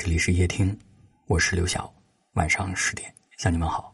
这里是夜听，我是刘晓，晚上10点向你们好。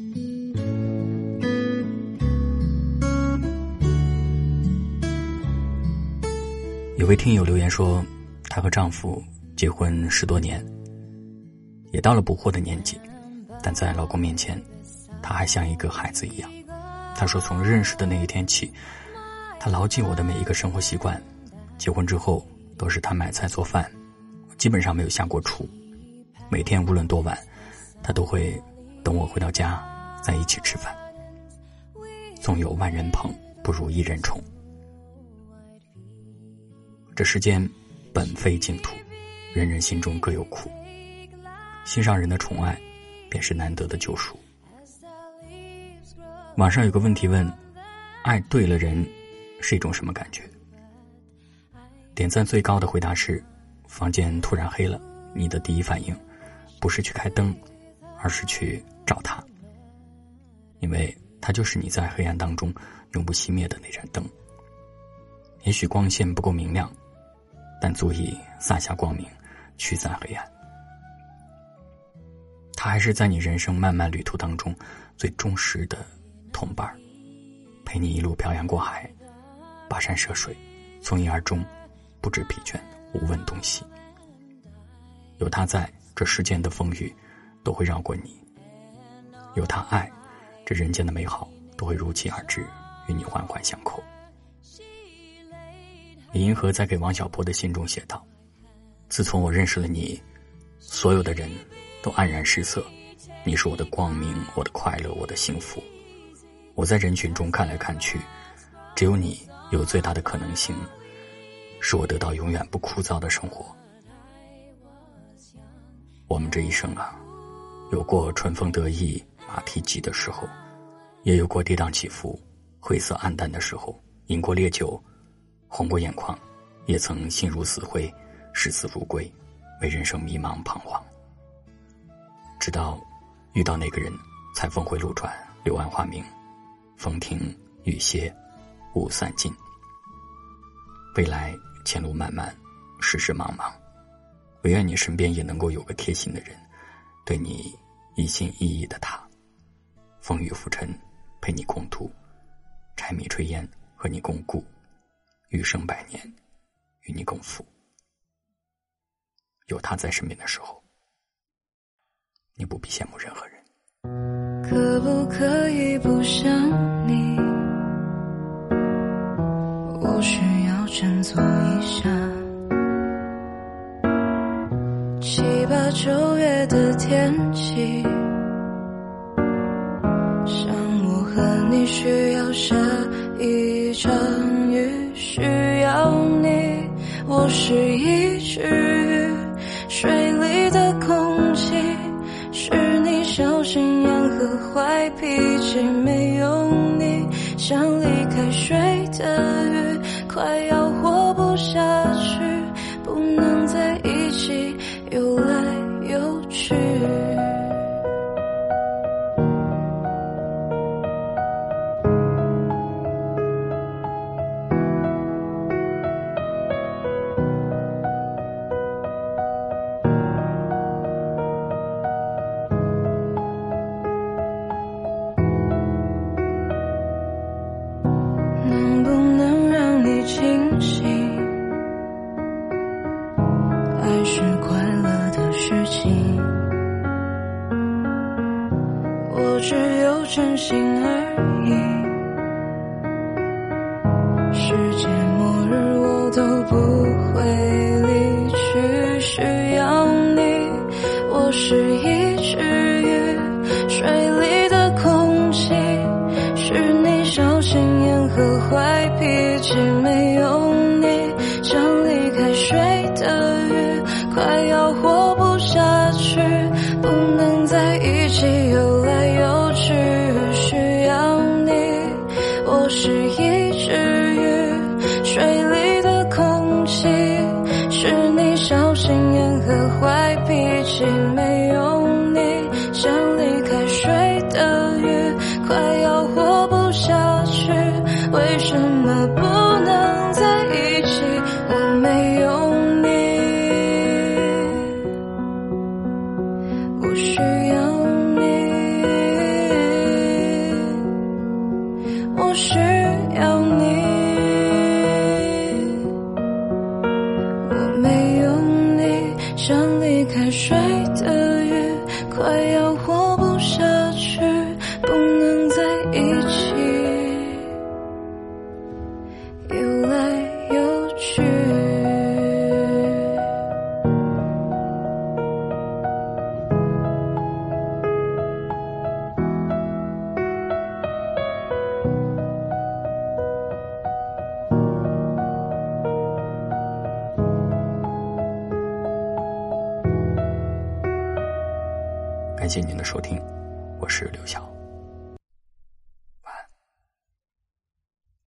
有位听友留言说，她和丈夫结婚10多年，也到了不惑的年纪，但在老公面前，她还像一个孩子一样。她说，从认识的那一天起，她牢记我的每一个生活习惯，结婚之后都是她买菜做饭，基本上没有下过厨。每天无论多晚，她都会等我回到家在一起吃饭。纵有万人捧，不如一人宠。这世间本非净土，人人心中各有苦，心上人的宠爱便是难得的救赎。网上有个问题问，爱对了人是一种什么感觉？点赞最高的回答是，房间突然黑了，你的第一反应不是去开灯，而是去找他，因为他就是你在黑暗当中永不熄灭的那盏灯。也许光线不够明亮，但足以洒下光明，驱散黑暗。他还是在你人生漫漫旅途当中最忠实的同伴，陪你一路漂洋过海，跋山涉水，从一而终，不知疲倦，无问东西。有他在，这世间的风雨都会绕过你；有他爱，这人间的美好都会如期而至，与你环环相扣。李银河在给王小波的信中写道，自从我认识了你，所有的人都黯然失色，你是我的光明，我的快乐，我的幸福。我在人群中看来看去，只有你有最大的可能性，使我得到永远不枯燥的生活。我们这一生啊，有过春风得意马蹄疾的时候，也有过跌宕起伏晦涩暗淡的时候，饮过烈酒，红过眼眶，也曾心如死灰，视死如归，为人生迷茫彷徨。直到遇到那个人，才峰回路转，柳暗花明，风停雨歇，雾散尽。未来前路漫漫，世事茫茫，唯愿你身边也能够有个贴心的人，对你一心一意的他，风雨浮沉陪你共度，柴米炊烟和你共故，余生百年与你共赴。有他在身边的时候，你不必羡慕任何人。 可不可以不想你？我需要振作一下。7、8、9月的天气，像我和你需要下一场雨，需要你。我是一只鱼，水里的空气是你小心眼和坏脾气，没有你像离开水的鱼，快要活不下去，不能在一起游来游去。能不能让你清醒？爱是快乐的事情，我只有真心而已。世界末日我都不会离去，需要你。我是一只鱼，水里的空气是你小心眼和坏脾气，没有你像离开水的鱼，快要活不下去，不能在一起游来游去，需要你。我是一只鱼，水里的空气是你小心眼和坏脾气，没有你像离开水的鱼，快要活不下去，为什么不能在我需要你，我需要你，我没有你，像离开水的鱼，快要活不下去，不能在一起，游来游去。 感谢您的收听，我是刘晓。